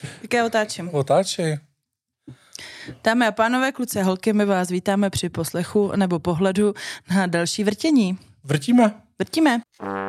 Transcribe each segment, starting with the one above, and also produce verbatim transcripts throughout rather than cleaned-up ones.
Tak já otáčím. Otáčej. Dámy a pánové, kluci a holky, my vás vítáme při poslechu nebo pohledu na další vrtění. Vrtíme. Vrtíme.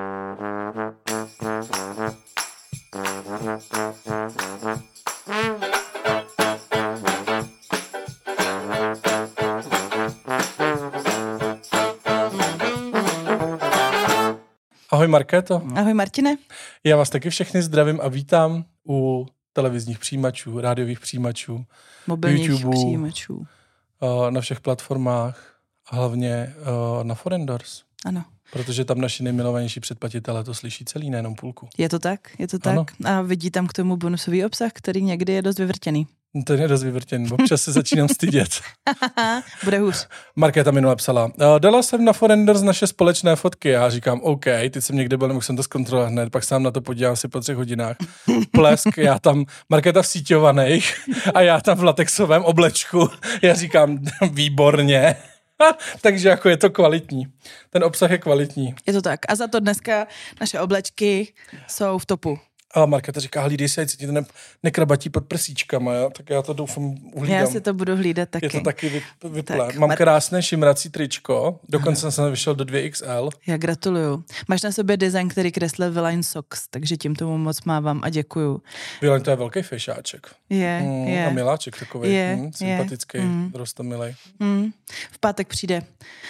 Ahoj Markéto. Ahoj Martine. Já vás taky všechny zdravím a vítám u televizních přijímačů, rádiových přijímačů, mobilních YouTubeu, přijímačů. na všech platformách a hlavně na Foreign Doors. Ano. Protože tam naši nejmilovanější předplatitelé to slyší celý, nejenom půlku. Je to tak, je to tak. Ano. A vidí tam k tomu bonusový obsah, který někdy je dost vyvrtěný. To je dost vyvrtěný, občas se začínám stydět. Bude hůř. Markéta minule psala, dala jsem na Foreign Doors naše společné fotky. Já říkám, OK, teď jsem někde byl, nemohl jsem to zkontrolovat hned, pak se na to podívám si po třech hodinách. Plesk, já tam, Markéta v síťovaných a já tam v latexovém oblečku. Já říkám, výborně. Takže jako je to kvalitní. Ten obsah je kvalitní. Je to tak. A za to dneska naše oblečky jsou v topu. A Markéta říká, hlídej se, ať ti to ne, nekrabatí pod prsíčkama, jo? Tak já to doufám uhlídám. Já si to budu hlídat taky. Je to taky vy, vyplé. Tak, Mám Mar- krásné šimrací tričko, dokonce ano. jsem vyšel do dvě X L. Já gratuluju. Máš na sobě design, který kreslil Villain Socks, takže tím tomu moc mávám a děkuju. Villain, to je velký fešáček. Je, mm, je. A miláček takovej, je, mm, sympatický, mm. rostomilej. Mm. V pátek přijde.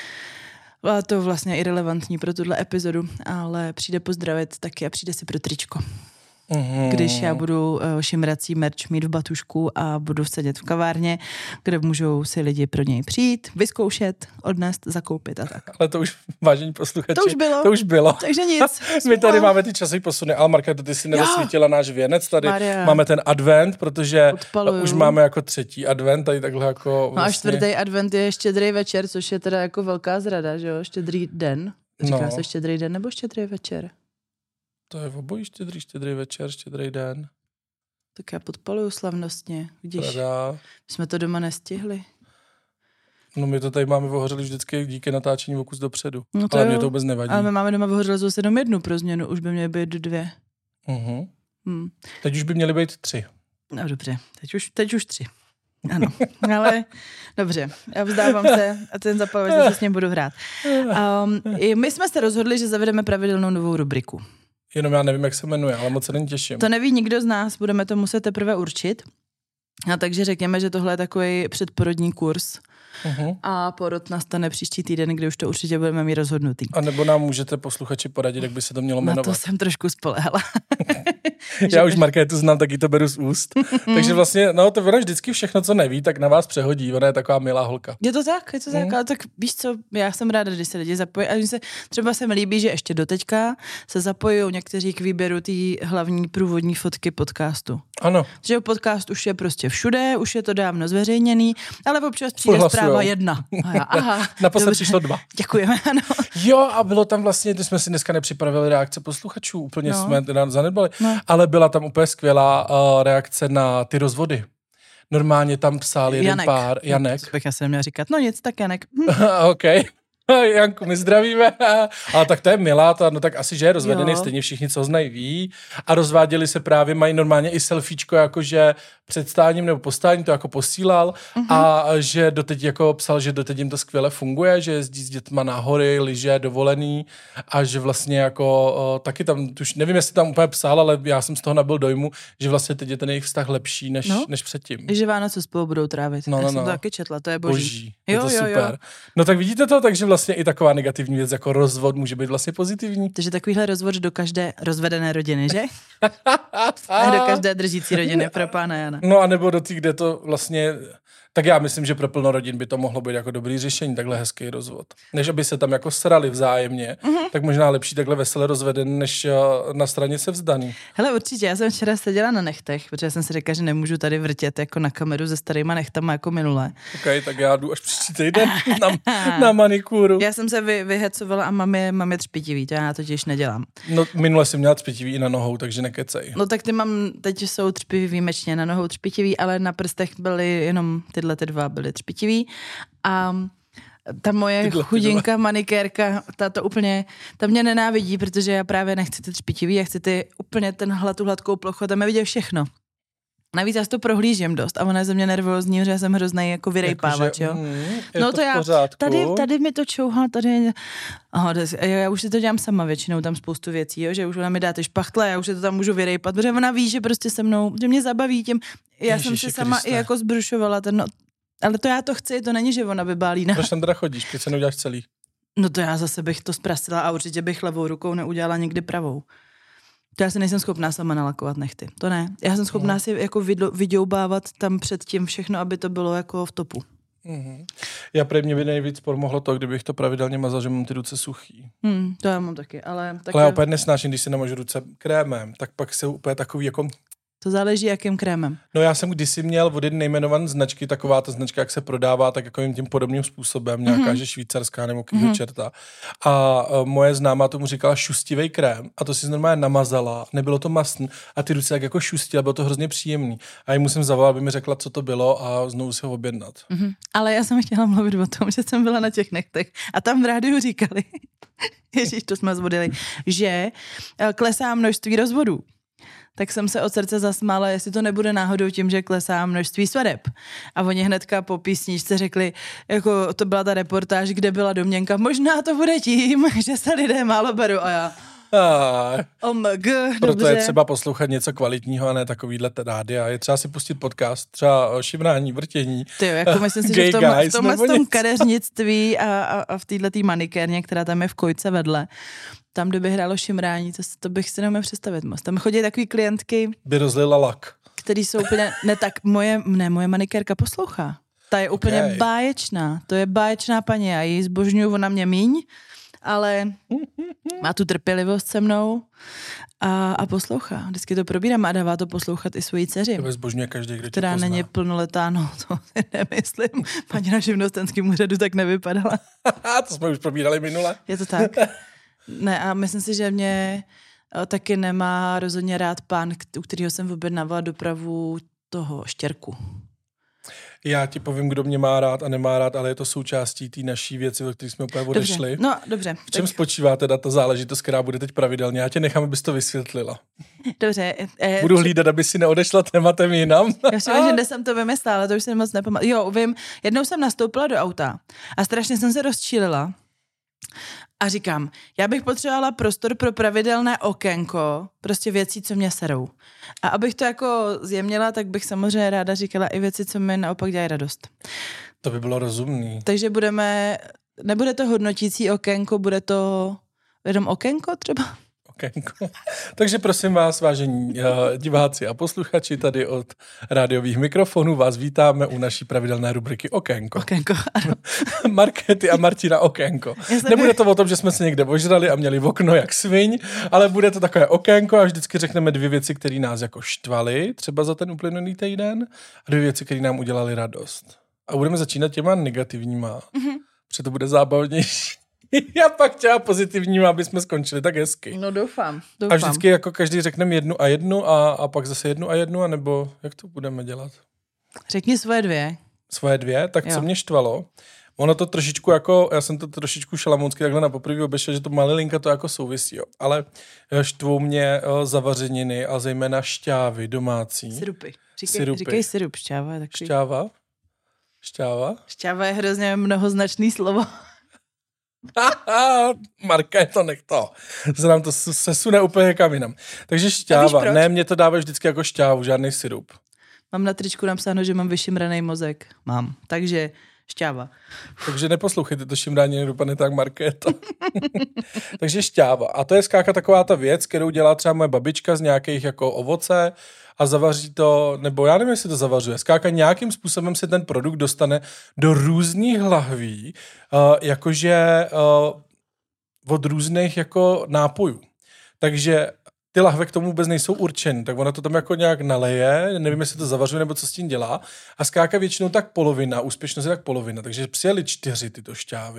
A to vlastně irelevantní pro tuhle epizodu, ale přijde pozdravit taky a přijde si pro tričko. Mm-hmm. Když já budu uh, šimrací merch mít v batušku a budu sedět v kavárně, kde můžou si lidi pro něj přijít, vyzkoušet, odnést, zakoupit a tak. Ale to už, vážení posluchači, to už bylo. To už bylo. Takže nic. My tady máme ty časové posuny. Ale Markéto, ty si nerozsvítila náš věnec. Tady Maria. Máme ten advent, protože Odpaluju. Už máme jako třetí advent, tady takhle jako vlastně... No a čtvrtý advent je štědrý večer, což je teda jako velká zrada, že jo? Štědrý den. Říká no. se štědrý den nebo štědrý večer? To je v obojí štědrý, štědrý večer, štědrý den. Tak já podpaluju slavnostně, vidíš. Prada. My jsme to doma nestihli. No my to tady máme vohořeli vždycky díky natáčení o kus dopředu. No to ale jo. mě to vůbec nevadí. Ale my máme doma vohořeli zase jenom jednu pro změnu, už by měly být dvě. Uh-huh. Hmm. Teď už by měly být tři. No dobře, teď už, teď už tři. Ano, ale dobře, já vzdávám se a ten zapalovač, že se s ním budu hrát. Um, my jsme se rozhodli, že zavedeme pravidelnou novou rubriku. Jenom já nevím, jak se jmenuje, ale moc se není těším. To neví nikdo z nás, budeme to muset teprve určit. A takže řekněme, že tohle je takový předporodní kurz. Uh-huh. A porod nastane příští týden, kdy už to určitě budeme mít rozhodnutý. A nebo nám můžete posluchači poradit, jak by se to mělo jmenovat. Na to jsem trošku spoléhala. Já už Markétu znám, taky to beru z úst. Takže vlastně, no to ona vždycky všechno, co neví, tak na vás přehodí. Ona je taková milá holka. Je to tak, je to tak, mm. ale tak víš co, já jsem ráda, když se lidi zapojí. A se, třeba se mi líbí, že ještě doteďka se zapojují někteří k výběru té hlavní průvodní fotky podcastu. Ano. Že podcast už je prostě všude, už je to dávno zveřejněný, ale občas přijde zpráva jedna. A já, aha, naposled přišlo dva. Děkujeme, ano. Jo, a bylo tam vlastně, to jsme si dneska nepřipravili reakce posluchačů, úplně no. jsme teda zanedbali, no. ale byla tam úplně skvělá uh, reakce na ty rozvody. Normálně tam psal jeden Janek. pár, Janek. Bych já jsem měl říkat, no nic, tak Janek. OK. Janku, my zdravíme. Ale tak to je milá, ta, no tak asi, že je rozvedený, jo. Stejně všichni, co ho znají, ví. A rozváděli se právě, mají normálně i selfiečko, jakože před stáním nebo postáním to jako posílal uh-huh. a že doteď jako psal, že doteď jim to skvěle funguje, že jezdí s dětma na hory, lyže, dovolený a že vlastně jako o, taky tam, tuž nevím, jestli tam úplně psal, ale já jsem z toho nabyl dojmu, že vlastně teď je ten jejich vztah lepší než, no. než předtím. Že Vánoce spolu budou trávit. No, no, já jsem no. to taky četla, to je boží. boží. Jo, je to jo, super. Jo. No tak vidíte to, takže vlastně i taková negativní věc jako rozvod může být vlastně pozitivní. Takže takovýhle rozvod do každé rozvedené rodiny, že? A do každé držící rodiny pro pána Jana. No a nebo do těch, kde to vlastně... Tak já myslím, že pro plno rodin by to mohlo být jako dobrý řešení, takhle hezký rozvod. Než aby se tam jako srali vzájemně, mm-hmm. tak možná lepší takhle veselé rozvedený, než na straně se vzdaný. Hele, určitě, já jsem včera seděla na nechtech, protože jsem si řekla, že nemůžu tady vrtět jako na kameru se starýma nechtama jako minule. Ok, tak já jdu až příští týden na, na manikúru. Já jsem se vy, vyhecovala a mám je, mám je třpitivý, to já totiž nedělám. No minule jsem měla třpitivý i na nohou, takže nekecej. No tak ty mám, teď jsou třpivý výjimečně, na nohou třpitivý, ale na prstech byly jenom tyhle ty dva byly třpitivý a ta moje tyhle, chudinka tyhle. Manikérka, ta to úplně, ta mě nenávidí, protože já právě nechci ty třpitivý, já chci ty úplně tenhle tu hladkou plochu, tam je vidět všechno. Navíc já to prohlížím dost a ona je ze mě nervózní, že já jsem hrozný jako vyrejpávač, jo. Mm, je no to, to já, pořádku. tady, tady mi to čouhá, tady, aha, já už si to dělám sama většinou, tam spoustu věcí, jo, že už ona mi dá ty špachtle, já už si to tam můžu vyrejpat, protože ona ví, že prostě se mnou, že mě zabaví tím, já Ježiši jsem si sama Kriste. I jako zbrušovala ten, no, ale to já to chci, to není, že ona by bálína. Proč tam teda chodíš, proč se neuděláš celý? No to já zase bych to zprasila a určitě bych levou rukou neudělala nikdy pravou. To já si nejsem schopná sama nalakovat nechty. To ne. Já jsem schopná mm. si jako vyděubávat tam předtím všechno, aby to bylo jako v topu. Mm. Já prý mě by nejvíc pomohlo to, kdybych to pravidelně mazal, že mám ty ruce suchý. Mm, to já mám taky, ale... Tak ale já opět nesnáším, když si namažu ruce krémem, tak pak se úplně takový jako... To záleží, jakým krémem. No já jsem kdysi měl od jedné nejmenované značky, taková ta značka, jak se prodává, tak jako tím podobným způsobem, nějaká, mm-hmm. že švýcarská nebo kýho mm-hmm. čerta. A uh, moje známá tomu říkala šustivej krém a to si normálně namazala, nebylo to mastný a ty ruce tak jako šustily, bylo to hrozně příjemný. A jí musím zavolat, aby mi řekla, co to bylo a znovu si ho objednat. Mm-hmm. Ale já jsem chtěla mluvit o tom, že jsem byla na těch nechtech a tam v rádiu říkali, ježiš, to jsme zvodili, že klesá množství rozvodů. Tak jsem se od srdce zasmála, jestli to nebude náhodou tím, že klesá množství svadeb. A oni hnedka po písničce řekli, jako to byla ta reportáž, kde byla domněnka, možná to bude tím, že se lidé málo berou a já. Ah, O M G, proto dobře. je třeba poslouchat něco kvalitního a ne takovýhle rádia. Je třeba si pustit podcast, třeba o šimrání, vrtění. Ty jo, jako myslím si, že v tom, v tomhle v tom kadeřnictví a, a, a v této manikérně, která tam je v kojce vedle, tam, kdyby hrálo šimrání, to, to bych si neuměl představit moc. Tam chodí takový klientky, by rozlila lak, který jsou úplně, ne tak, moje, ne, moje manikérka poslouchá. Ta je úplně okay. báječná, to je báječná paní, já ji zbožňuju, ona mě míň, ale má tu trpělivost se mnou a, a poslouchá. Vždycky to probírám a dává to poslouchat i svojí dceři. To zbožňuje každý, kdo tě která pozná. Není plnoletá, no to si nemyslím. Paní na živnostenským úřadu tak nevypadala. To jsme už probírali minule. Je to tak. Ne, a myslím si, že mě taky nemá rozhodně rád pán, u kterého jsem objednávala dopravu toho štěrku. Já ti povím, kdo mě má rád a nemá rád, ale je to součástí té naší věci, o které jsme úplně odešli. Dobře, no dobře. V čem tak... spočívá teda ta záležitost, která bude teď pravidelně? Já tě nechám, abys to vysvětlila. Dobře. Eh, Budu hlídat, aby si neodešla tématem jinam. Já si myslím, že kde jsem to vymyslela, ale to už si moc nepamatuju. Jo, vím, jednou jsem nastoupila do auta a strašně jsem se rozčílila. A říkám, já bych potřebovala prostor pro pravidelné okénko, prostě věcí, co mě serou. A abych to jako zjemnila, tak bych samozřejmě ráda říkala i věci, co mi naopak dělají radost. To by bylo rozumný. Takže budeme, nebude to hodnotící okénko, bude to jenom okénko třeba? Okénko. Takže prosím vás, vážení diváci a posluchači, tady od rádiových mikrofonů vás vítáme u naší pravidelné rubriky Okénko. Okénko, ano. Markéty a Martina Okénko. Nebude to o tom, že jsme se někde ožrali a měli v okno jak sviň, ale bude to takové okénko a vždycky řekneme dvě věci, které nás jako štvaly, třeba za ten uplynulý týden, a dvě věci, které nám udělaly radost. A budeme začínat těma negativníma, mm-hmm. protože to bude zábavnější. Já pak chtěla pozitivním, aby jsme skončili tak hezky. No doufám, doufám. A vždycky jako každý řekneme jednu a jednu a, a pak zase jednu a jednu, anebo jak to budeme dělat? Řekni svoje dvě. Svoje dvě? Tak jo. Co mě štvalo? Ono to trošičku jako, já jsem to trošičku šalamounsky takhle na poprvé obešel, že to malilinka to jako souvisí, jo. Ale štvou mě zavařeniny a zejména šťávy domácí. Sirupy. Říkej, Sirupy. Říkej sirup, šťáva je takový. Šťáva? Šťáva? Šťáva je hrozně mnohoznačný slovo. Marka, je to nech to. Se nám to sesune úplně kam jinam. Takže šťáva. Ne, mě to dávají vždycky jako šťávu, žádný sirup. Mám na tričku napsáno, že mám vyšimraný mozek. Mám. Takže šťáva. Takže neposlouchejte to šimrání, nedopadne tak Markéta. Takže šťáva. A to je zkrátka taková ta věc, kterou dělá třeba moje babička z nějakých jako ovoce a zavaří to, nebo já nevím, jestli to zavařuje. Zkrátka nějakým způsobem se ten produkt dostane do různých lahví, uh, jakože uh, od různých jako nápojů. Takže ty lahve k tomu vůbec nejsou určeny, tak ona to tam jako nějak naleje, nevím, jestli to zavařuje nebo co s tím dělá. A zkrátka většinou tak polovina, úspěšnost je tak polovina, takže přijeli čtyři tyto šťávy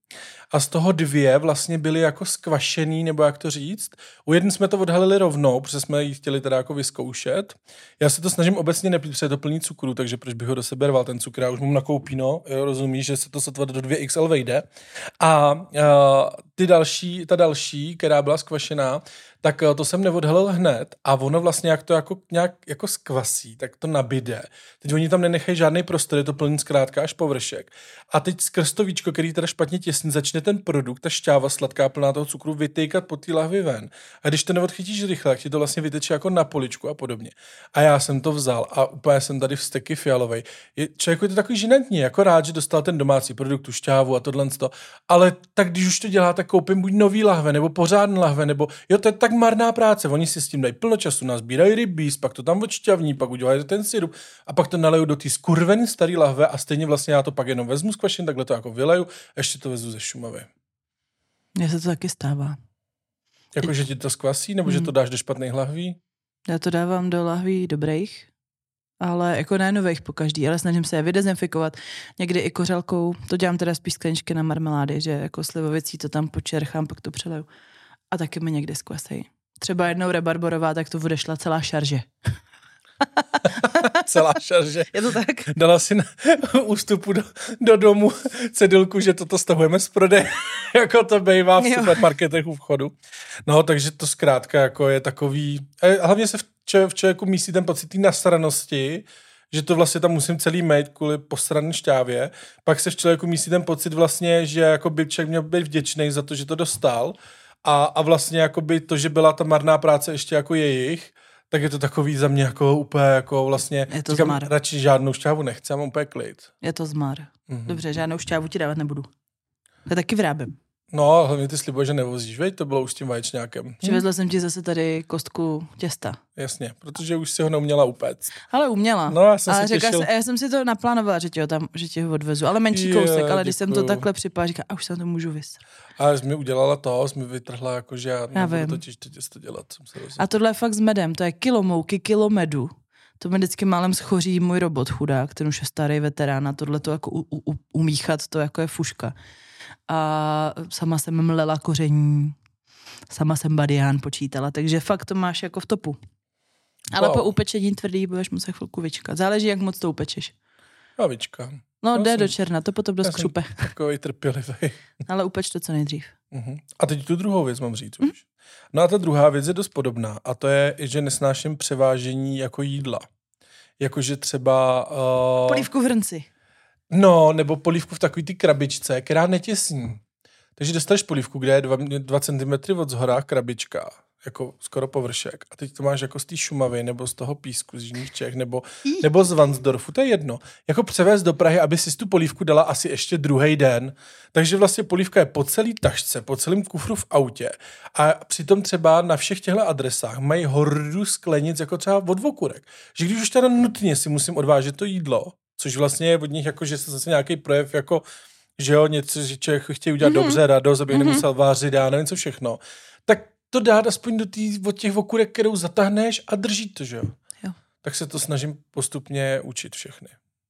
A z toho dvě vlastně byly jako skvašený, nebo jak to říct. U jedné jsme to odhalili rovnou, protože jsme ji chtěli teda jako vyzkoušet. Já se to snažím obecně nepít, protože je to plný cukru, takže proč bych ho do sebe rval, ten cukr, já už mám nakoupíno, jo, rozumíš, že se to sotva do dvě X L vejde. A uh, ty další, ta další, která byla skvašená, tak to jsem neodhalil hned a ono vlastně, jak to jako, nějak jako skvasí, tak to nabide. Teď oni tam nenechají žádný prostor, je to plný zkrátka až površek. A teď skrz to víčko, který teda špatně těsní, začne ten produkt, ta šťáva sladká plná toho cukru vytejkat po té lahvi ven. A když to neodchytíš rychle, tak ti to vlastně vyteče jako na poličku a podobně. A já jsem to vzal a úplně jsem tady vzteky fialovej. Je, člověku je to takový žinantní, jako rád, že dostal ten domácí produkt, tu šťávu a tohle to. Ale tak když už to dělá, tak koupím buď nový lahve, nebo pořádný lahve, nebo jo, to je tak marná práce. Oni si s tím dají plno času, nazbírají rybíz, pak to tam odšťavní, pak udělají ten syrup a pak to naleju do té skurvený starý lahve a stejně vlastně já to pak jenom vezmu z kvašin, takhle to jako vyleju, ještě to vezu ze Šumavy. Mně se to taky stává. Jako, že ti to skvasí, nebo hmm. že to dáš do špatných lahví? Já to dávám do lahví dobrých, ale jako ne nových po každý, ale snažím se je vydezinfikovat. Někdy i kořalkou, to dělám teda spíš skleničky na marmelády, že jako slivovicí to tam počerchám, pak to přeleju. A taky mi někdy skvasejí. Třeba jednou rebarborová, tak to odešla celá šarže. Celá šarže. Je to tak? Dala si na ústupu do, do domu cedulku, že toto stahujeme z prodeje, jako to bývá v jo. supermarketech u vchodu. No, takže to zkrátka jako je takový... A hlavně se v, če, v člověku mísí ten pocit té nasranosti, že to vlastně tam musím celý mít kvůli posrané šťávě. Pak se v člověku mísí ten pocit vlastně, že jako by člověk měl být vděčný za to, že to dostal. A, a vlastně jakoby to, že byla ta marná práce ještě jako jejich, tak je to takový za mě jako úplně jako vlastně, je to říkám, zmar. Radši žádnou šťávu nechci, mám úplně klid. Je to zmar. Mm-hmm. Dobře, žádnou šťávu ti dávat nebudu. Já taky vyrábím. No, hlavně ty slibuješ, že nevozíš, veď? To bylo už s tím vaječňákem. Přivezla hm. jsem ti zase tady kostku těsta. Jasně, protože už si ho neuměla upéct. Ale uměla. No, já jsem ale se těšil. Já jsem si to naplánovala, že ti ho tam, že ti ho odvezu, ale menší je, kousek, ale děkuju. Když jsem to takhle připala, říkám, a už se to můžu vysrat. A jsi mi udělala to, jsi mi vytrhla, jakože já, já nebudu totiž to těsto dělat. Jsem se a tohle je fakt s medem, to je kilo mouky, kilo medu. To mi vždycky málem schoří můj robot chudák, ten už je starý veterán a tohle to jako u, u, umíchat, to jako je fuška. A sama jsem mlela koření, sama jsem badián počítala, takže fakt to máš jako v topu. Ale wow. Po upečení tvrdý budeš muset chvilku vyčkat. Záleží, jak moc to upečeš. Já vyčkám. No, já jde jsem, do černa, to potom dost křupe. Takový trpělivý. Ale upeč to co nejdřív. Uh-huh. A teď tu druhou věc mám říct už. No a ta druhá věc je dost podobná a to je, že nesnáším převážení jako jídla. Jakože třeba... Uh... Polívku v hrnci. No, nebo polívku v takový ty krabičce, která netěsní. Takže dostaneš polívku, kde je dva centimetry od zhora krabička, jako skoro površek. A teď to máš jako z té Šumavy, nebo z toho Písku, z Jižních Čech, nebo, nebo z Vansdorfu, to je jedno. Jako převést do Prahy, aby si tu polívku dala asi ještě druhý den. Takže vlastně polívka je po celý tašce, po celém kufru v autě. A přitom třeba na všech těchto adresách mají hordu sklenic, jako třeba od Vokurek. Že když už teda nutně si musím odvážet to jídlo, což vlastně je od nich jako, že se zase nějaký projev jako, že jo, něco, že člověk chtějí udělat mm-hmm. dobře, radost, aby mm-hmm. nemusel vářit, já nevím co všechno. Tak to dát aspoň do tý, od těch vokurek, kterou zatáhneš a drží to, že jo? jo. Tak se to snažím postupně učit všechny.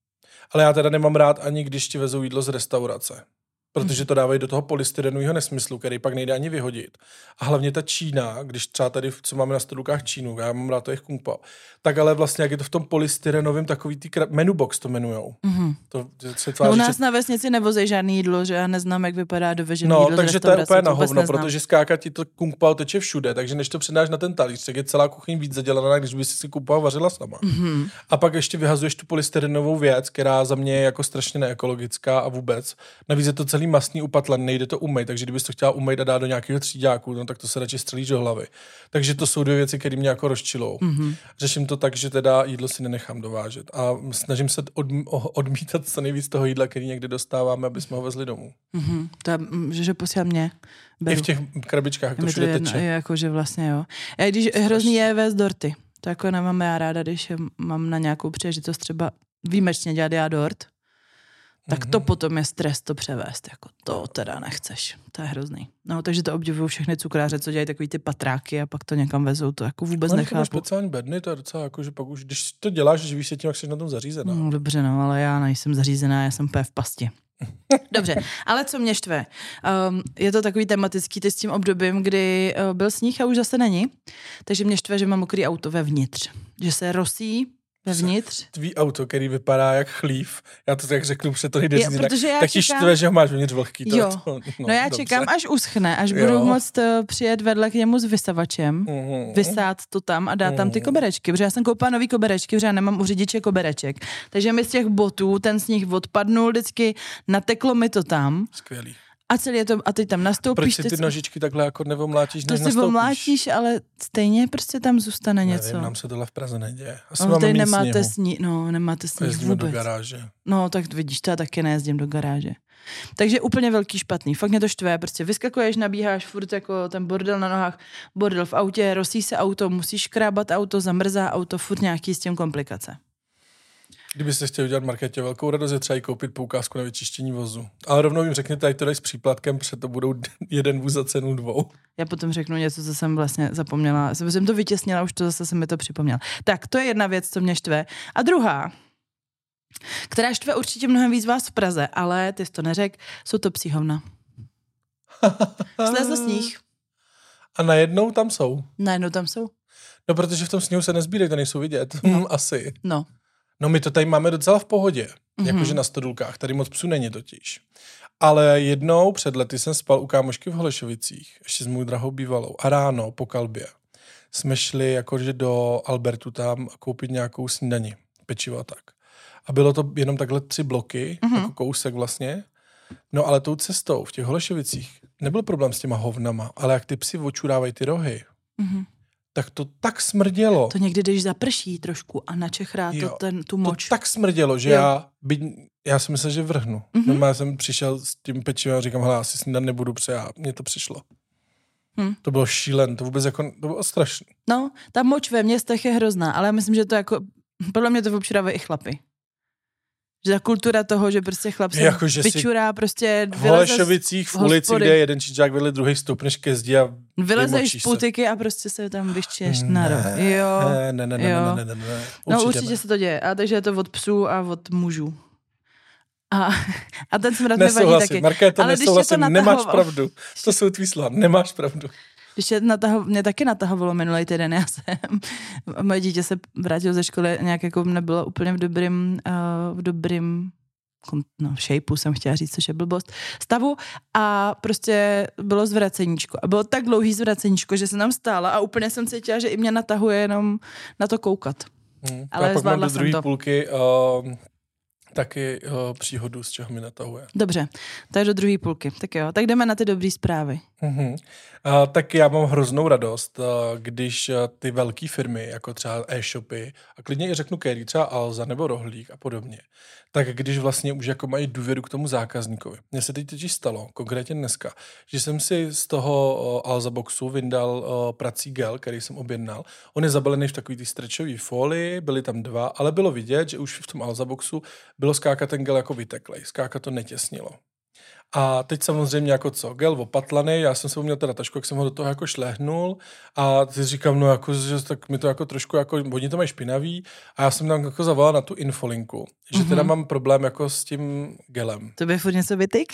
Ale já teda nemám rád ani, když ti vezou jídlo z restaurace. Protože to dávají do toho polystyrenového nesmyslu, který pak nejde ani vyhodit. A hlavně ta Čína, když třeba tady, co máme na stolukách Čínu, já mám rád to jejich kung pao, tak ale vlastně, jak je to v tom polystyrenovém, takový ty kra- menu box to jmenujou. Mm-hmm. To se tváří, no u nás že... na vesnici nevozej žádný jídlo, že já neznám, jak vypadá dovežený no, jídlo. No, takže to je úplně na hovno, protože skáka ti to kung pao teče všude, takže než to předáš na ten talíř, tak je celá kuchyň víc zadělaná, když by si si kung pao vařila sama. Mm-hmm. A pak ještě vyhazuješ tu polystyrenovou věc, která za mě je jako strašně neekologická a vůbec. Navíc je to celý mastný upatlan, nejde to umýt, takže kdybys to chtěla umýt a dát do nějakého tříďáku, no tak to se radši střelíš do hlavy. Takže to jsou dvě věci, které mě jako rozčilou. Mm-hmm. Řeším to tak, že teda jídlo si nenechám dovážet a snažím se od, odmítat co nejvíc toho jídla, který někdy dostáváme, aby jsme ho vezli domů. Mm-hmm. To je, že, že posílám mě. Beru. I v těch krabičkách to všude jedno, teče. Jako, že vlastně jo. A když hrozný je vést dorty. To jako nemám já ráda, když mám na nějakou příležitost třeba výjimečně dělat já dort, tak to potom je stres to převést. Jako to teda nechceš. To je hrozný. No, takže to obdivuju všechny cukráře, co dělají takový ty patráky a pak to někam vezou. To jako vůbec no, nechápu. Speciální bedny, to je docela jako, že pak už, když to děláš, živíš se tím, jak jsi na tom zařízená. No, dobře, no, ale já nejsem zařízená, já jsem úplně v pasti. Dobře, ale co mě štve? Um, je to takový tematický teď s tím obdobím, kdy uh, byl sníh a už zase není, takže mě štve, že mám mokrý auto vevnitř, že se rosí vevnitř. Tvý auto, který vypadá jak chlív, já to tak řeknu, protože to nejde říct jinak, tak ti čekám... štve, že ho máš vevnitř vlhký. To, jo, to, no, no já dobře. čekám, až uschne, až jo. budu moct uh, přijet vedle k němu s vysavačem, mm. vysát to tam a dát mm. tam ty koberečky, protože já jsem koupila nový koberečky, protože já nemám u řidiče kobereček, takže mi z těch botů ten sníh odpadnul, vždycky nateklo mi to tam. Skvělý. A celý je to, a teď tam nastoupíš. Proč si ty nožičky takhle jako nevomlátíš, to než si nastoupíš? omlátíš, ale stejně prostě tam zůstane Nevím, něco. nám se tohle v Praze neděje. Asi no, máme nemáte sníh, no, nemáte sníh jezdíme vůbec. do garáže. No, tak vidíš, to já taky nejezdím do garáže. Takže úplně velký špatný. Fakt mě to štve, prostě vyskakuješ, nabíháš furt jako ten bordel na nohách, bordel v autě, rosí se auto, musíš škrábat auto, zamrzá auto, furt nějaký s tím komplikace. Kdybyste chtěli udělat Markétě velkou radost, je třeba jí koupit poukázku na vyčištění vozu. Ale rovnou jim řekněte, tady to dej s příplatkem, protože to budou jeden vůz za cenu dvou. Já potom řeknu něco, co jsem vlastně zapomněla. Jsem to vytěsnila, už to zase jsem mi to připomněla. Tak, to je jedna věc, co mě štve. A druhá, která štve určitě mnohem víc vás v Praze, ale ty jsi to neřek, jsou to psí hovna. Slezl sníh. A najednou tam jsou. Najednou tam jsou. No, protože v tom sněhu se nezbírají, to nejsou vidět. No. Asi. No. No, my to tady máme docela v pohodě. Mm-hmm. Jakože na Stodulkách. Tady moc psů není totiž. Ale jednou před lety jsem spal u kámošky v Holešovicích, ještě s můj drahou bývalou. A ráno po kalbě jsme šli jakože do Albertu tam koupit nějakou snídani. Pečivo a tak. A bylo to jenom takhle tři bloky, mm-hmm. jako kousek vlastně. No ale tou cestou v těch Holešovicích nebyl problém s těma hovnama, ale jak ty psi očurávají ty rohy, mm-hmm. tak to tak smrdělo. To někdy, když zaprší trošku a načechrá to ten, tu moč. To tak smrdělo, že jo. já, by, já jsem myslel, že vrhnu. Mm-hmm. No, já jsem přišel s tím pečivem a říkám, hele, asi snídat nebudu pře, a mně to přišlo. Hmm. To bylo šílen, to vůbec jako, to bylo strašný. No, ta moč ve městech je hrozná, ale já myslím, že to jako, podle mě to občurávají i chlapy. Že ta kultura toho, že prostě chlap se jako, vyčurá, prostě v Holešovicích v ulici, kde je jeden čičák vedle druhý stoupneš ke zdi a vylezeš z putiky a prostě se tam vyštěš na roh. Jo. Ne, ne, ne, ne, jo. ne, ne, ne, ne. Určitě no určitě ne. se to děje. A takže je to od psů a od mužů. A, a ten smrad mi vadí taky. Markéto, nesouhlasím, nemáš pravdu. To jsou tvý slova, nemáš pravdu. Když je nataho, mě taky natahovalo minulý týden, já jsem, moje dítě se vrátilo ze školy, nějak jako nebylo úplně v dobrým, uh, v dobrým, no šejpu jsem chtěla říct, což je blbost, stavu a prostě bylo zvraceníčko. A bylo tak dlouhý zvraceníčko, že jsem tam stála a úplně jsem cítila, že i mě natahuje jenom na to koukat. Hmm. Ale pak mám do druhé půlky uh, taky uh, příhodu, z čeho mi natahuje. Dobře, takže do druhé půlky. Tak jo, tak jdeme na ty dobrý zprávy. Uh-huh. Uh, tak já mám hroznou radost, uh, když uh, ty velké firmy, jako třeba e-shopy, a klidně i řeknu Kerry, třeba Alza nebo Rohlík a podobně, tak když vlastně už jako mají důvěru k tomu zákazníkovi. Mně se teď totiž stalo, konkrétně dneska, že jsem si z toho uh, Alza boxu vyndal uh, prací gel, který jsem objednal. On je zabalený v takový ty stretchový folii, byly tam dva, ale bylo vidět, že už v tom Alza boxu bylo skákat ten gel jako vyteklej, skákat to netěsnilo. A teď samozřejmě jako co, gel opatlaný, já jsem se uměl teda tašku, jak jsem ho do toho jako šlehnul a teď říkám, no jako, že tak mi to jako trošku jako, oni to mají špinavý a já jsem tam jako zavolal na tu infolinku, že mm-hmm. teda mám problém jako s tím gelem. To by furt něco vytyk?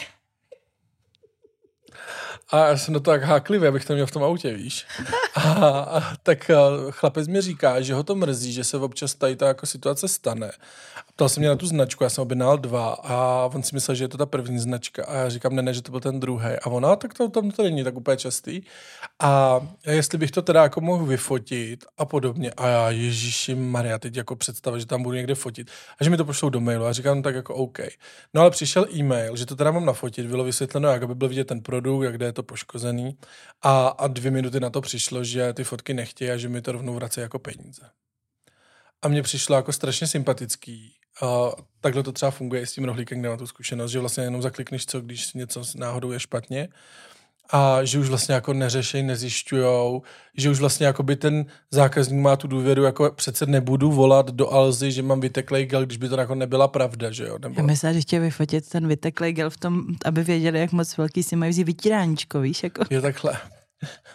A já jsem do toho tak háklivý, abych to měl v tom autě, víš. A, a tak a chlapec mi říká, že ho to mrzí, že se občas tady ta jako situace stane. A ptal jsem mě na tu značku, já jsem objednal dva a on si myslel, že je to ta první značka. A já říkám, ne, ne, že to byl ten druhý. A ona, tak to tam to není tak úplně častý. A jestli bych to teda jako mohl vyfotit a podobně. A já, Ježíši Maria, teď jako představa, že tam budu někde fotit. A že mi to pošlou do mailu. A říkám, no, tak jako OK. No ale přišel e-mail, že to teda mám nafotit, bylo vysvětleno, jak by byl vidět ten produkt, jak kde je to poškozený. A, a dvě minuty na to přišlo, že ty fotky nechtějí a že mi to rovnou vrací jako peníze. A mně přišlo jako strašně sympatický. Uh, takhle to třeba funguje i s tím Rohlíkem, kde mám tu zkušenost, že vlastně jenom zaklikneš co, když něco náhodou je špatně. A že už vlastně jako neřešej, nezjišťujou, že už vlastně jako by ten zákazník má tu důvěru, jako přece nebudu volat do Alzy, že mám vyteklej gel, když by to jako nebyla pravda, že jo? Nebo... Já myslím, že chtěl vyfotit ten vyteklej gel v tom, aby věděli, jak moc velký si mají vzít vytíráníčko, víš, jako. Je takhle.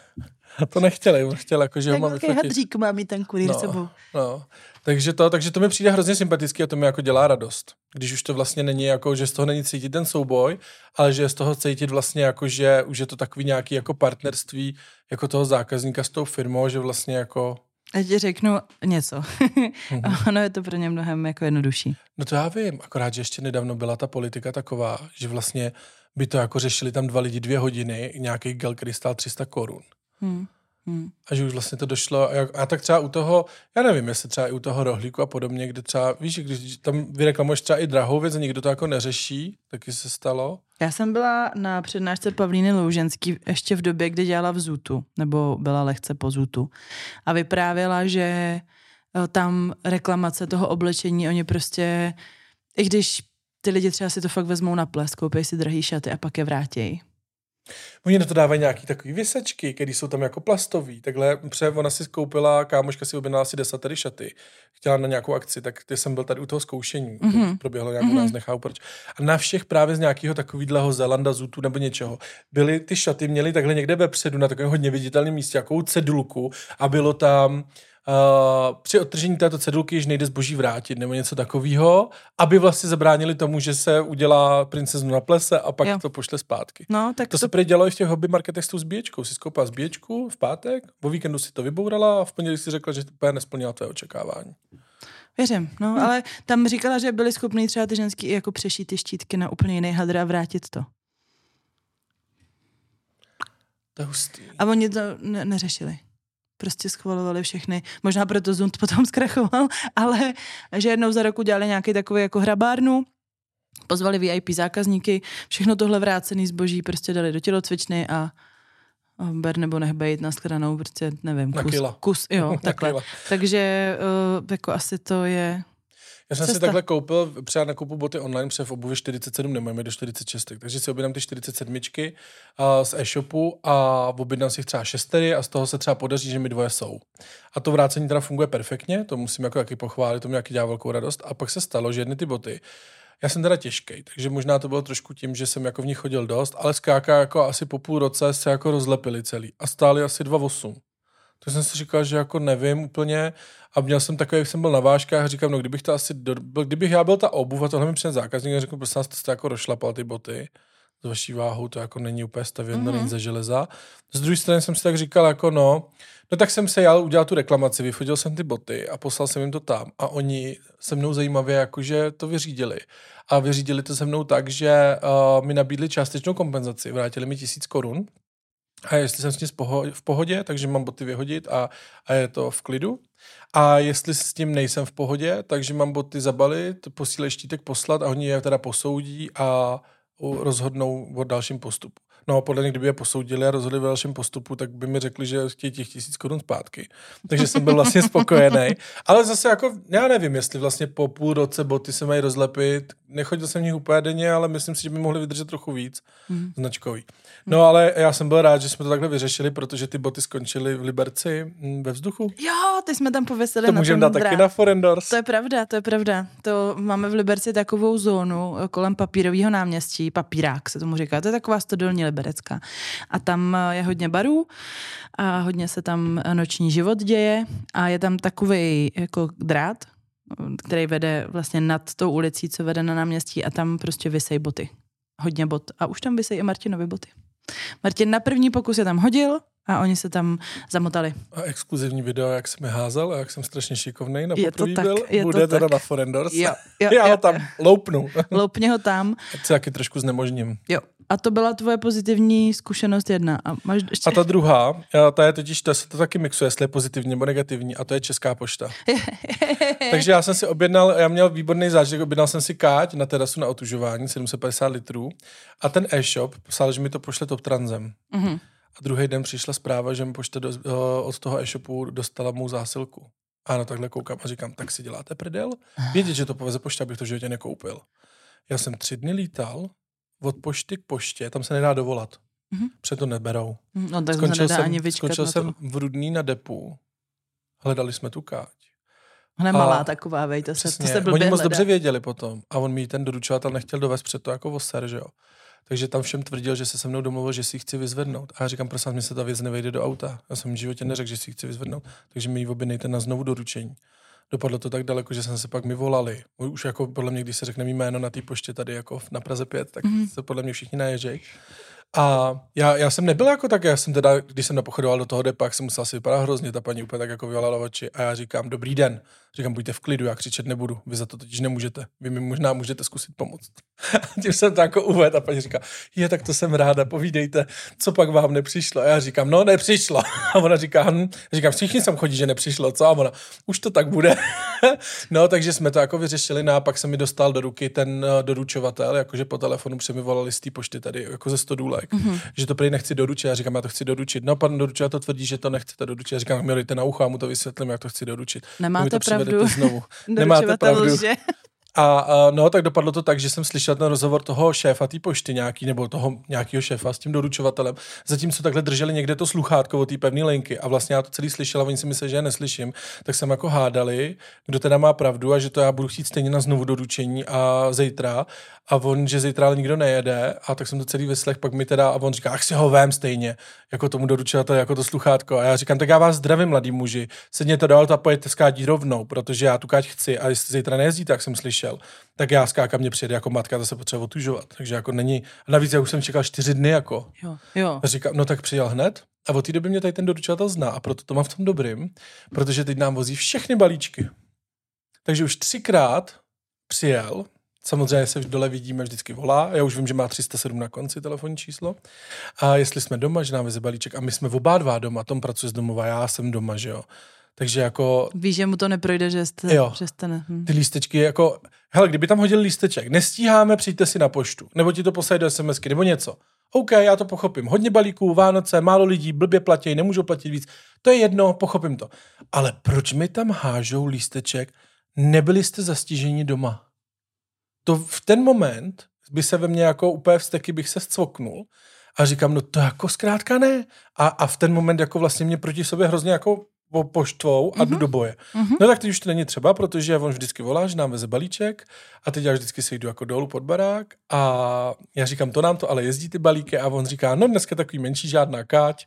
To nechtěli, on chtěl jako, že ho mám vyfotit. Jaký hadřík má mít ten kurýr no, sebou. No, takže to, takže to mi přijde hrozně sympatický a to mi jako dělá radost. Když už to vlastně není jako, že z toho není cítit ten souboj, ale že je z toho cítit vlastně jako, že už je to takový nějaký jako partnerství jako toho zákazníka s tou firmou, že vlastně jako... Já ti řeknu něco. Mm-hmm. Ono je to pro ně mnohem jako jednodušší. No to já vím, akorát, že ještě nedávno byla ta politika taková, že vlastně by to jako řešili tam dva lidi dvě hodiny, nějaký gel, který stál tři sta korun. Hmm. Hmm. A že už vlastně to došlo, a, a tak třeba u toho, já nevím, jestli třeba i u toho rohlíku a podobně, kde třeba, víš, když tam vyreklamuješ třeba i drahou věc a nikdo to jako neřeší, taky se stalo. Já jsem byla na přednášce Pavlíny Louženský ještě v době, kdy dělala v Zootu, nebo byla lehce po Zootu. A vyprávěla, že tam reklamace toho oblečení, oni prostě, i když ty lidi třeba si to fakt vezmou na ples, koupí si drahý šaty a pak je vrátějí. Oni na to dávají nějaký takový věsačky, které jsou tam jako plastový. Takhle, protože ona si koupila, kámoška si objednala asi desatery šaty, chtěla na nějakou akci, tak ty jsem byl tady u toho zkoušení. Mm-hmm. To proběhlo nějakou mm-hmm. nás nechá proč. A na všech právě z nějakého takového Zalanda, Zootu nebo něčeho. Byly ty šaty, měly takhle někde vepředu na takovém hodně viditelném místě, jakou cedulku a bylo tam Uh, při odtržení této cedulky již nejde zboží vrátit nebo něco takového, aby vlastně zabránili tomu, že se udělá princeznu na plese a pak jo. to pošle zpátky. No, tak to, to se prý dělalo i v těch hobby marketech s tou zbíječkou. Si skoupila zbíječku v pátek, o víkendu si to vybourala a v pondělí si řekla, že to úplně nesplnila tvé očekávání. Věřím, no, hmm. ale tam říkala, že byli schopní třeba ty ženský i jako přešít ty štítky na úplně jiný hadr a vrátit to. To je hustý. A oni to ne- neřešili. Prostě schvalovali všechny. Možná proto Zund potom zkrachoval, ale že jednou za roku dělali nějaký takový jako hrabárnu, pozvali V I P zákazníky, všechno tohle vrácený zboží prostě dali do tělocvičny a, a ber nebo nech bejt na skladanou, prostě nevím, kus, kus jo, takhle. Takže uh, jako asi to je... Já jsem Cesta. si takhle koupil, třeba nakupu boty online, protože v obuvi čtyřicet sedm nemáme do čtyřicet šest, takže si objednám ty čtyřicet sedm uh, z e-shopu a objednám si jich třeba šestery a z toho se třeba podaří, že mi dvoje jsou. A to vrácení teda funguje perfektně, to musím jako taky pochválit, to mi jaký dělá velkou radost. A pak se stalo, že jedny ty boty, já jsem teda těžkej, takže možná to bylo trošku tím, že jsem jako v nich chodil dost, ale zkrátka jako asi po půl roce se jako rozlepili celý a stály asi dva osm. Tak jsem si říkal, že jako nevím úplně a měl jsem takový, jak jsem byl na vážkách a říkám, no kdybych to asi, do, kdybych já byl ta obuv a tohle mi přijde zákazník a řekl, prostě nás to jste jako rozšlapal ty boty s vaší váhou, to jako není úplně stavěno, mm-hmm. není ze železa. Z druhé strany jsem si tak říkal, jako no, no tak jsem se jel udělal tu reklamaci, vyfotil jsem ty boty a poslal jsem jim to tam a oni se mnou zajímavě jakože to vyřídili. A vyřídili to se mnou tak, že uh, mi nabídli částečnou kompenzaci, vrátili mi tisíc korun. A jestli jsem s tím v pohodě, takže mám boty vyhodit a, a je to v klidu. A jestli s tím nejsem v pohodě, takže mám boty zabalit, posílej štítek poslat a oni je teda posoudí a rozhodnou o dalším postupu. No a podle mě, kdyby je posoudili a rozhodli o dalším postupu, tak by mi řekli, že chtějí těch tisíc korun zpátky. Takže jsem byl vlastně spokojený. Ale zase jako, já nevím, jestli vlastně po půl roce boty se mají rozlepit. Nechodil jsem v nich úplně denně, ale myslím si, že by mohli vydržet trochu víc mm. značkový. No ale já jsem byl rád, že jsme to takhle vyřešili, protože ty boty skončily v Liberci ve vzduchu. Jo, ty jsme tam pověsili to na můžeme dát drát. Taky na Forendors. To je pravda, to je pravda. To máme v Liberci takovou zónu kolem papírového náměstí, papírák se tomu říká. To je taková stodolní liberecká. A tam je hodně barů a hodně se tam noční život děje a je tam takovej jako drát, který vede vlastně nad tou ulicí, co vede na náměstí a tam prostě visej boty. Hodně bot. A už tam visej i Martinovi boty. Martin na první pokus je tam hodil a oni se tam zamotali. A exkluzivní video, jak jsem je házel a jak jsem strašně šikovnej na poprvé byl, bude teda tak. Na Forendors. Jo, jo, Já jo. ho tam loupnu. Loupně ho tam. Ať se taky trošku znemožním. Jo. A to byla tvoje pozitivní zkušenost jedna. A, máš ještě... a ta druhá, ta je totiž, to se to taky mixuje, jestli je pozitivní nebo negativní, a to je Česká pošta. Takže já jsem si objednal, já měl výborný zážitek, objednal jsem si káť na terasu na otužování, sedm set padesát litrů, a ten e-shop psal, že mi to pošle top transem. Mm-hmm. A druhý den přišla zpráva, že mi pošta do, od toho e-shopu dostala mou zásilku. A na takhle koukám a říkám, tak si děláte prdel? Vědět, že to poveze pošta, abych to v životě nekoupil. Já jsem tři dny lítal od pošty k poště, tam se nedá dovolat. Mm-hmm. Před to neberou. No, tak skončil se nedá jsem, ani vyčkat skončil na jsem v Rudný na depu. Hledali jsme tu káť. Ona je malá taková, vej, to se, to se blbě Oni moc hledá. dobře věděli potom. A on mi ten doručovatel nechtěl dovést před to jako voser, že jo. takže tam všem tvrdil, že se se mnou domluvil, že si ji chci vyzvednout. A já říkám, prosím, mi se ta věc nevejde do auta. Já jsem v životě neřekl, že si ji chci vyzvednout, takže mi ji objednejte na znovu doručení. Dopadlo to tak daleko, že jsem se pak mi volali. Už jako podle mě, když se řekne jméno na té poště tady jako na Praze pět, tak mm. se podle mě všichni naježejí. A já, já jsem nebyl jako tak, já jsem teda, když jsem napochodoval do toho depa, jsem musel si vypadat hrozně, ta paní úplně tak jako vyvalala oči a já říkám, dobrý den, říkám, buďte v klidu, já křičet nebudu, vy za to totiž nemůžete, vy mi možná můžete zkusit pomoct. A tím jsem to jako uvedl a paní říká, je, tak to jsem ráda, povídejte, co pak vám nepřišlo. A já říkám, no nepřišlo. A ona říká, hm, říkám, všichni sem chodí, že nepřišlo, co? A ona, už to tak bude. No, takže jsme to jako vyřešili, no a pak se mi dostal do ruky ten doručovatel, jakože po telefonu se mi volali z té pošty tady, jako ze sto důlek, mm-hmm. že to prý nechci doručit. Já říkám, já to chci doručit. No, pan doručovatel tvrdí, že to nechcete doručit. Já říkám, mi dejte na ucho, a mu to vysvětlím, jak to chci doručit. Nemáte pravdu. Znovu. Nemáte pravdu. A, a no, tak dopadlo to tak, že jsem slyšel ten rozhovor toho šéfa té pošty nějaký, nebo toho nějakého šéfa s tím doručovatelem, zatímco takhle drželi někde to sluchátko od té pevné linky a vlastně já to celý slyšel a oni si mysleli, že já neslyším, tak jsem jako hádali, kdo teda má pravdu a že to já budu chtít stejně na znovu doručení a zítra a on, že zítra ale nikdo nejede a tak jsem to celý vyslech, pak mi teda a on říká, ach si ho vem stejně, jako tomu doručovateli, jako to sluchátko a já říkám, tak já vás zdravím, mladý muži, sedněte do auta, pojeďte skádí rovnou, protože já tu káť chci a jestli zítra nejezdíte, tak jsem slyšel, tak já skáka mě přijede jako matka, to se potřeba otužovat, takže jako není, a navíc já už jsem čekal čtyři dny jako. Jo, jo. A říkám, no tak přijel hned a od té doby mě tady ten doručovatel zná a proto to mám v tom dobrým, protože teď nám vozí všechny balíčky. Takže už třikrát přijel, samozřejmě se dole vidíme, vždycky volá, já už vím, že má tři sta sedm na konci telefonní číslo a jestli jsme doma, že nám veze balíček a my jsme oba dva doma, Tom pracuje z domova, já jsem doma, že jo. Takže jako... Víš, že mu to neprojde, že jste... Jo, že jste ne... hm. ty lístečky jako... Hele, kdyby tam hodil lísteček, nestíháme, přijďte si na poštu, nebo ti to poslali do SMSky, nebo něco. OK, já to pochopím. Hodně balíků, Vánoce, málo lidí, blbě platí, nemůžou platit víc. To je jedno, pochopím to. Ale proč mi tam hážou lísteček? Nebyli jste zastiženi doma. To v ten moment by se ve mně jako úplně vzteky bych se zcvoknul a říkám, no to jako zkrátka ne. A, a v ten moment jako vlastně mě proti sobě hrozně jako poštvou a jdu mm-hmm. do boje. Mm-hmm. No tak teď už to není třeba, protože on vždycky volá, že nám veze balíček a teď já vždycky se jdu jako dolů pod barák a já říkám, to nám to ale jezdí ty balíky a on říká, no dneska takový menší, žádná káť.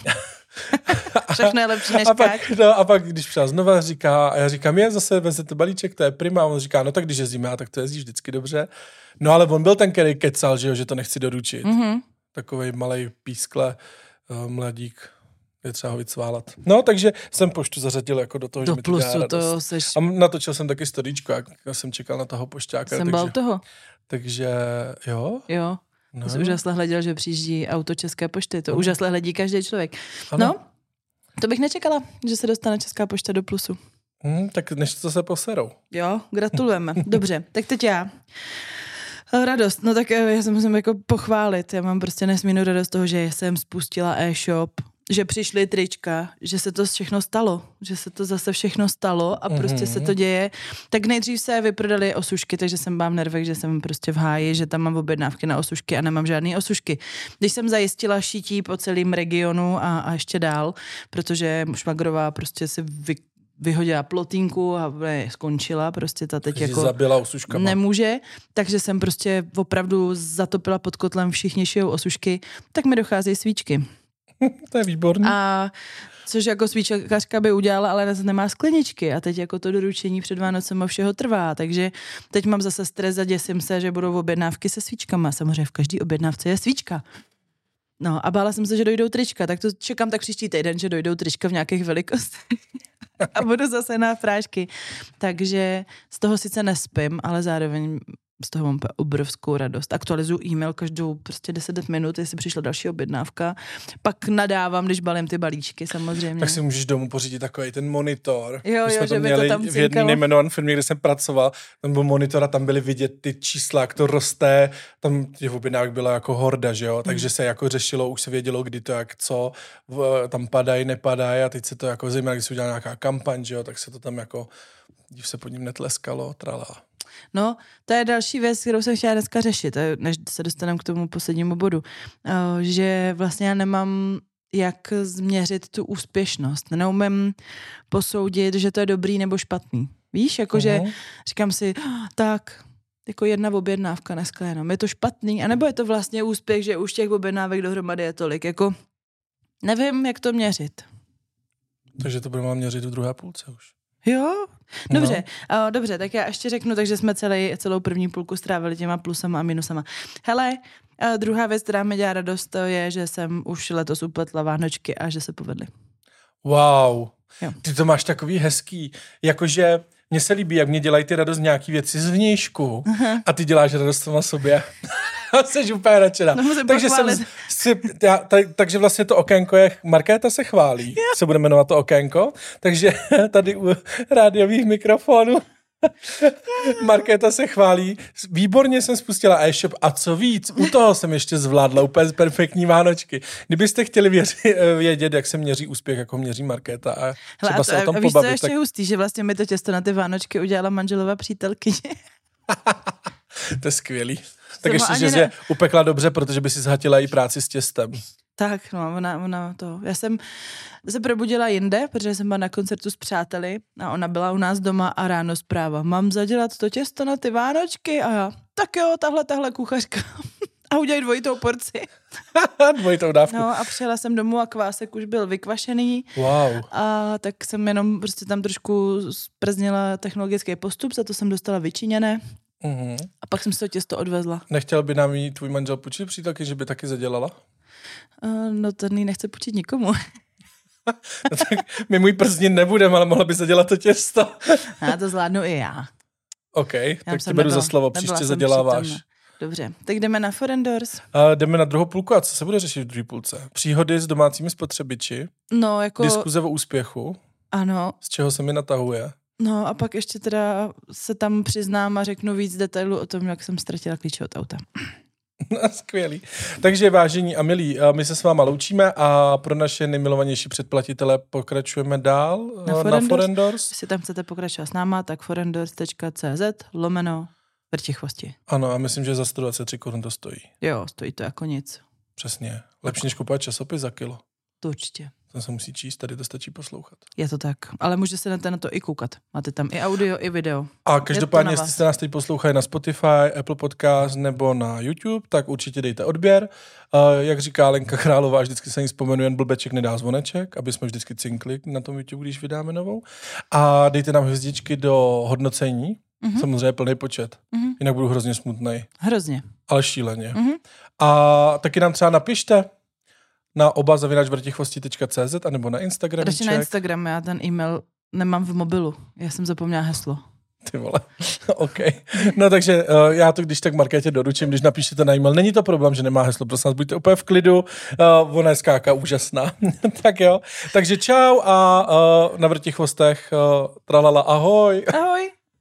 Všechno je lepší než a pak, káť. No, a pak, když přijel znova, říká, a já říkám, je, zase vezete balíček, to je prima. A on říká, no tak když jezdíme, a tak to jezdíš vždycky dobře. No ale on byl ten, který kecal, že, jo, že to nechci doručit. Mm-hmm. Takovej malej pískle, uh, mladík. Je třeba ho vycválat. No, takže jsem poštu zařadil jako do toho, do že mi to plusu, dělá to seš... A natočil jsem taky storíčko, jak jsem čekal na toho pošťáka. Jsem takže, bál toho. Takže, jo? Jo. No. Jsi úžasle hleděl, že přijíždí auto České pošty. To no. úžasle hledí každý člověk. Ano. No, to bych nečekala, že se dostane Česká pošta do plusu. Hmm, tak než to se poserou. Jo, gratulujeme. Dobře, tak teď já. Radost, no tak já se musím jako pochválit. Já mám prostě nesmírnou radost toho, že jsem spustila e-shop, že přišly trička, že se to všechno stalo, že se to zase všechno stalo a prostě mm-hmm. se to děje. Tak nejdřív se vyprodali osušky, takže jsem mám nervech, že jsem prostě v háji, že tam mám objednávky na osušky a nemám žádný osušky. Když jsem zajistila šití po celém regionu a, a ještě dál, protože švagrová prostě si vy, vyhodila plotínku a ne, skončila, prostě ta teď takže jako zabila osuškama. Nemůže, takže jsem prostě opravdu zatopila pod kotlem, všichni šijou osušky, tak mi docházejí svíčky. To je výborný. A což jako svíčkařka by udělala, ale nemá skleničky a teď jako to doručení před Vánocem všeho trvá, takže teď mám zase stres a děsím se, že budou objednávky se svíčkama. Samozřejmě v každý objednávce je svíčka. No a bála jsem se, že dojdou trička, tak to čekám tak příští týden, že dojdou trička v nějakých velikostech a budu zase na prášky. Takže z toho sice nespím, ale zároveň z toho mám obrovskou radost. Aktualizuju e-mail každou prostě deset minut, jestli přišla další objednávka. Pak nadávám, když balím ty balíčky, samozřejmě. Tak si můžeš domů pořídit takový ten monitor. Jo, my jo, jsme že to by měli to tam v jedné nejmenované firmě, kde jsem pracoval, tam byl monitor a tam byly vidět ty čísla, jak to roste, tam těch objednávek byla jako horda, že jo, hmm. takže se jako řešilo, už se vědělo, kdy to jak co, v, tam padají, nepadají a teď se to jako zejména, když se udělala nějaká kampaň, že jo, tak se to tam jako, když se pod ním netleskalo, trala. No, to je další věc, kterou jsem chtěla dneska řešit, než se dostaneme k tomu poslednímu bodu, že vlastně já nemám jak změřit tu úspěšnost. Neumím posoudit, že to je dobrý nebo špatný. Víš, jakože uh-huh. říkám si, tak jako jedna objednávka dneska jenom. Je to špatný? A nebo je to vlastně úspěch, že už těch objednávek dohromady je tolik? Jako nevím, jak to měřit. Takže to budeme měřit v druhé půlce už. Jo? Dobře, no. uh, dobře, tak já ještě řeknu, takže jsme celý, celou první půlku strávili těma plusama a minusama. Hele, uh, druhá věc, která mi dělá radost, to je, že jsem už letos upletla Vánočky a že se povedly. Wow, jo. Ty to máš takový hezký, jakože mně se líbí, jak mě dělají ty radost nějaký věci zvnějšku uh-huh. a ty děláš radost sama sobě. Jsi úplně radšená. No, takže, jsem, si, já, tak, takže vlastně to okénko je, Markéta se chválí, yeah. se bude jmenovat to okénko, takže tady u rádiových mikrofonů Markéta se chválí. Výborně jsem spustila e-shop a co víc, u toho jsem ještě zvládla úplně perfektní Vánočky. Kdybyste chtěli věři, vědět, jak se měří úspěch, jako měří Markéta a třeba Hele, se o tom a víš, pobavit. Co je ještě tak... hustý, že vlastně mi to těsto na ty Vánočky udělala manželová přítelkyně. To je skvělý. Tak ještě, že jsi ne... upekla dobře, protože by si zhatila i práci s těstem. Tak, no, ona, ona to. Já jsem se probudila jinde, protože jsem byla na koncertu s přáteli a ona byla u nás doma a ráno zpráva. Mám zadělat to těsto na ty Vánočky a já, tak jo, tahle, tahle kuchařka. A udělej dvojitou porci. Dvojitou dávku. No a přijela jsem domů a kvásek už byl vykvašený. Wow. A tak jsem jenom prostě tam trošku sprznila technologický postup, za to jsem dostala vyčiněné. Mm-hmm. A pak jsem si to těsto odvezla. Nechtěl by nám jí tvůj manžel půjčit přítelky, že by taky zadělala? Uh, no ten jí nechce půjčit nikomu. No tak my můj przdin nebudeme, ale mohla by zadělat to těsto. Já to zvládnu i já. OK, já tak ti beru za slovo, příště zaděláváš. Přítomna. Dobře, tak jdeme na Forendors. A jdeme na druhou půlku a co se bude řešit v druhé půlce? Příhody s domácími spotřebiči? No, jako... Diskuze o úspěchu? Ano. Z čeho se mi natahuje? No a pak ještě teda se tam přiznám a řeknu víc detailů o tom, jak jsem ztratila klíče od auta. No, skvělý. Takže vážení a milí, my se s váma loučíme a pro naše nejmilovanější předplatitele pokračujeme dál na Forendors. Na Forendors. Jestli tam chcete pokračovat s náma, tak forendors tečka cé zet lomeno vrtichvosti. Ano, a myslím, že za sto dvacet tři korun to stojí. Jo, stojí to jako nic. Přesně. Lepší než kupovat časopis za kilo. To určitě. To se musí číst, tady to stačí poslouchat. Je to tak, ale můžete se na to i koukat. Máte tam i audio, i video. A každopádně, jestli jste nás teď poslouchali na Spotify, Apple Podcast nebo na YouTube, tak určitě dejte odběr. Uh, jak říká Lenka Králová, vždycky se jí vzpomenu, jen blbeček nedá zvoneček, aby jsme vždycky cinkli na tom YouTube, když vydáme novou. A dejte nám hvězdičky do hodnocení, mm-hmm. samozřejmě plný počet. Mm-hmm. Jinak budu hrozně smutnej. Hrozně. Ale šíleně. Mm-hmm. A taky nám třeba napište na oba zavináč vrtichvosti tečka cé zet anebo na Instagram. Radši na Instagram, já ten e-mail nemám v mobilu. Já jsem zapomněla heslo. Ty vole, OK. No takže uh, já to když tak Markétě doručím, když napíšete na e-mail. Není to problém, že nemá heslo, prosím vás, buďte úplně v klidu. Uh, ona je skáka úžasná. Tak jo. Takže čau a uh, na vrtichvostech uh, tralala ahoj. Ahoj.